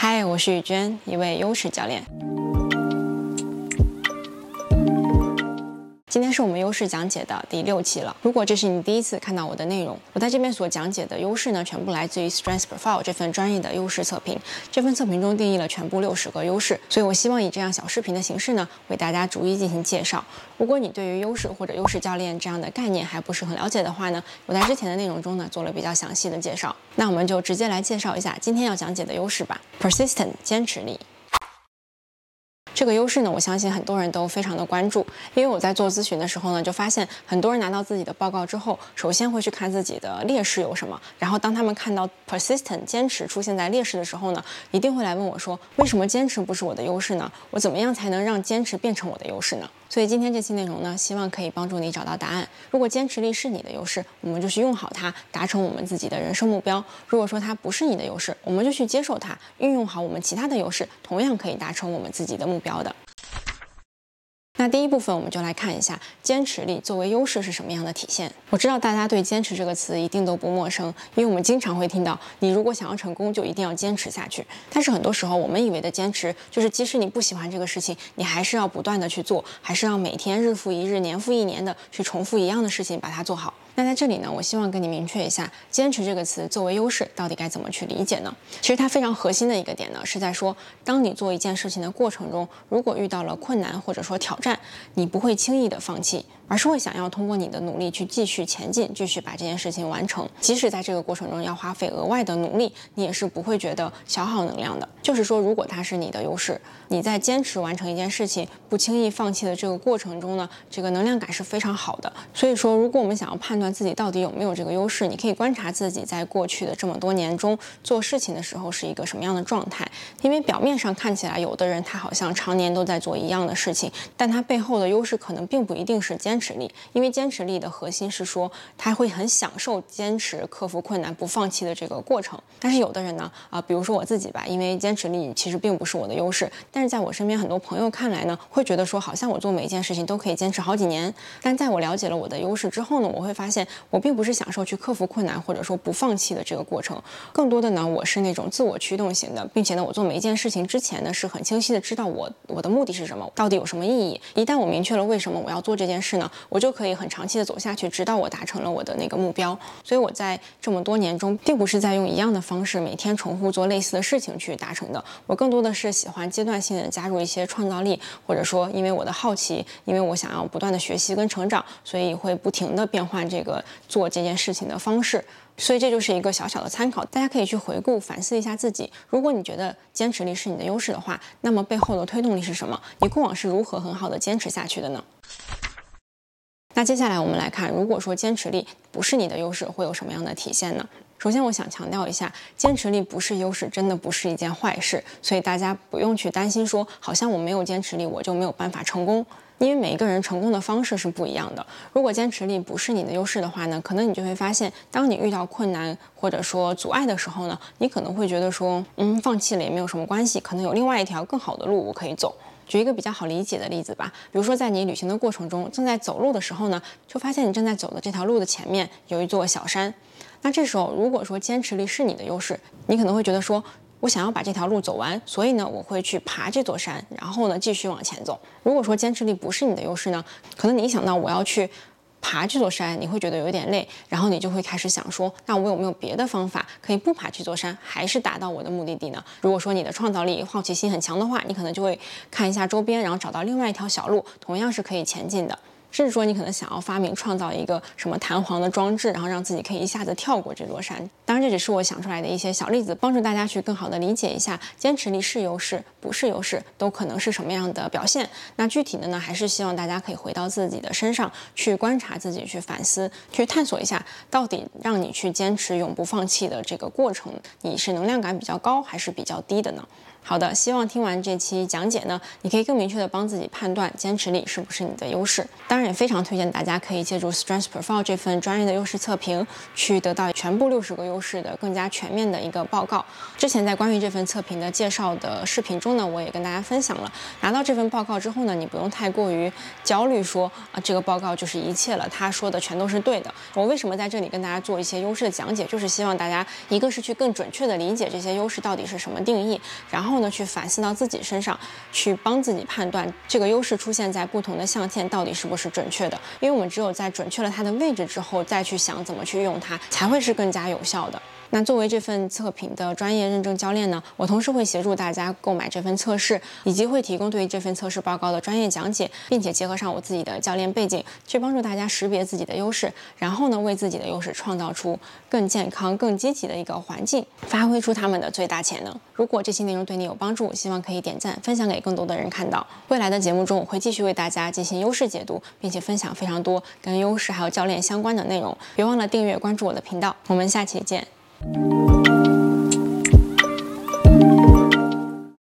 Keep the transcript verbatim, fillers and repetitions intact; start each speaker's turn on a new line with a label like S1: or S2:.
S1: 嗨，我是雨娟，一位优势教练。今天是我们优势讲解的第六期了。如果这是你第一次看到我的内容，我在这边所讲解的优势呢，全部来自于 Strengths Profile 这份专业的优势测评。这份测评中定义了全部六十个优势，所以我希望以这样小视频的形式呢，为大家逐一进行介绍。如果你对于优势或者优势教练这样的概念还不是很了解的话呢，我在之前的内容中呢做了比较详细的介绍。那我们就直接来介绍一下今天要讲解的优势吧。Persistent 坚持力。这个优势呢，我相信很多人都非常的关注，因为我在做咨询的时候呢，就发现很多人拿到自己的报告之后，首先会去看自己的劣势有什么，然后当他们看到 persistent 坚持出现在劣势的时候呢，一定会来问我说，为什么坚持不是我的优势呢？我怎么样才能让坚持变成我的优势呢？所以今天这期内容呢，希望可以帮助你找到答案。如果坚持力是你的优势，我们就去用好它，达成我们自己的人生目标；如果说它不是你的优势，我们就去接受它，运用好我们其他的优势，同样可以达成我们自己的目标的。那第一部分我们就来看一下坚持力作为优势是什么样的体现。我知道大家对坚持这个词一定都不陌生，因为我们经常会听到你如果想要成功就一定要坚持下去。但是很多时候我们以为的坚持就是即使你不喜欢这个事情，你还是要不断的去做，还是要每天日复一日年复一年的去重复一样的事情把它做好。那在这里呢，我希望跟你明确一下坚持这个词作为优势到底该怎么去理解呢？其实它非常核心的一个点呢，是在说当你做一件事情的过程中，如果遇到了困难或者说挑战，你不会轻易的放弃，而是会想要通过你的努力去继续前进，继续把这件事情完成。即使在这个过程中要花费额外的努力，你也是不会觉得消耗能量的。就是说，如果它是你的优势，你在坚持完成一件事情，不轻易放弃的这个过程中呢，这个能量感是非常好的。所以说，如果我们想要判断自己到底有没有这个优势，你可以观察自己在过去的这么多年中做事情的时候是一个什么样的状态。因为表面上看起来，有的人他好像常年都在做一样的事情，但他背后的优势可能并不一定是坚持力。因为坚持力的核心是说，他会很享受坚持、克服困难、不放弃的这个过程。但是有的人呢，啊、呃，比如说我自己吧，因为坚持力其实并不是我的优势，但是在我身边很多朋友看来呢，会觉得说，好像我做每一件事情都可以坚持好几年。但在我了解了我的优势之后呢，我会发现我并不是享受去克服困难或者说不放弃的这个过程，更多的呢，我是那种自我驱动型的，并且呢，我做每一件事情之前呢，是很清晰的知道我我的目的是什么，到底有什么意义。一旦我明确了为什么我要做这件事呢，我就可以很长期的走下去，直到我达成了我的那个目标。所以我在这么多年中，并不是在用一样的方式每天重复做类似的事情去达成的，我更多的是喜欢阶段性的加入一些创造力，或者说因为我的好奇，因为我想要不断的学习跟成长，所以会不停的变换这个做这件事情的方式。所以这就是一个小小的参考，大家可以去回顾反思一下自己。如果你觉得坚持力是你的优势的话，那么背后的推动力是什么？你过往是如何很好的坚持下去的呢？那接下来我们来看，如果说坚持力不是你的优势，会有什么样的体现呢？首先我想强调一下，坚持力不是优势真的不是一件坏事，所以大家不用去担心说好像我没有坚持力我就没有办法成功，因为每一个人成功的方式是不一样的。如果坚持力不是你的优势的话呢，可能你就会发现当你遇到困难或者说阻碍的时候呢，你可能会觉得说嗯，放弃了也没有什么关系，可能有另外一条更好的路我可以走。举一个比较好理解的例子吧，比如说在你旅行的过程中，正在走路的时候呢，就发现你正在走的这条路的前面有一座小山。那这时候如果说坚持力是你的优势，你可能会觉得说我想要把这条路走完，所以呢我会去爬这座山，然后呢继续往前走。如果说坚持力不是你的优势呢，可能你一想到我要去爬这座山，你会觉得有点累，然后你就会开始想说，那我有没有别的方法可以不爬这座山还是达到我的目的地呢？如果说你的创造力好奇心很强的话，你可能就会看一下周边，然后找到另外一条小路，同样是可以前进的。甚至说你可能想要发明创造一个什么弹簧的装置，然后让自己可以一下子跳过这座山。当然这只是我想出来的一些小例子，帮助大家去更好的理解一下坚持力是优势不是优势都可能是什么样的表现。那具体的呢，还是希望大家可以回到自己的身上去观察自己，去反思，去探索一下到底让你去坚持永不放弃的这个过程，你是能量感比较高还是比较低的呢？好的，希望听完这期讲解呢，你可以更明确的帮自己判断坚持力是不是你的优势。当然然也非常推荐大家可以借助 Strengths Profile 这份专业的优势测评，去得到全部六十个优势的更加全面的一个报告。之前在关于这份测评的介绍的视频中呢，我也跟大家分享了，拿到这份报告之后呢，你不用太过于焦虑说啊这个报告就是一切了，他说的全都是对的。我为什么在这里跟大家做一些优势的讲解，就是希望大家一个是去更准确的理解这些优势到底是什么定义，然后呢去反思到自己身上，去帮自己判断这个优势出现在不同的象限到底是不是准确的。因为我们只有在准确了它的位置之后，再去想怎么去用它，才会是更加有效的。那作为这份测评的专业认证教练呢，我同时会协助大家购买这份测试，以及会提供对于这份测试报告的专业讲解，并且结合上我自己的教练背景，去帮助大家识别自己的优势，然后呢为自己的优势创造出更健康、更积极的一个环境，发挥出他们的最大潜能。如果这期内容对你有帮助，希望可以点赞分享给更多的人看到。未来的节目中，我会继续为大家进行优势解读，并且分享非常多跟优势还有教练相关的内容。别忘了订阅关注我的频道，我们下期见。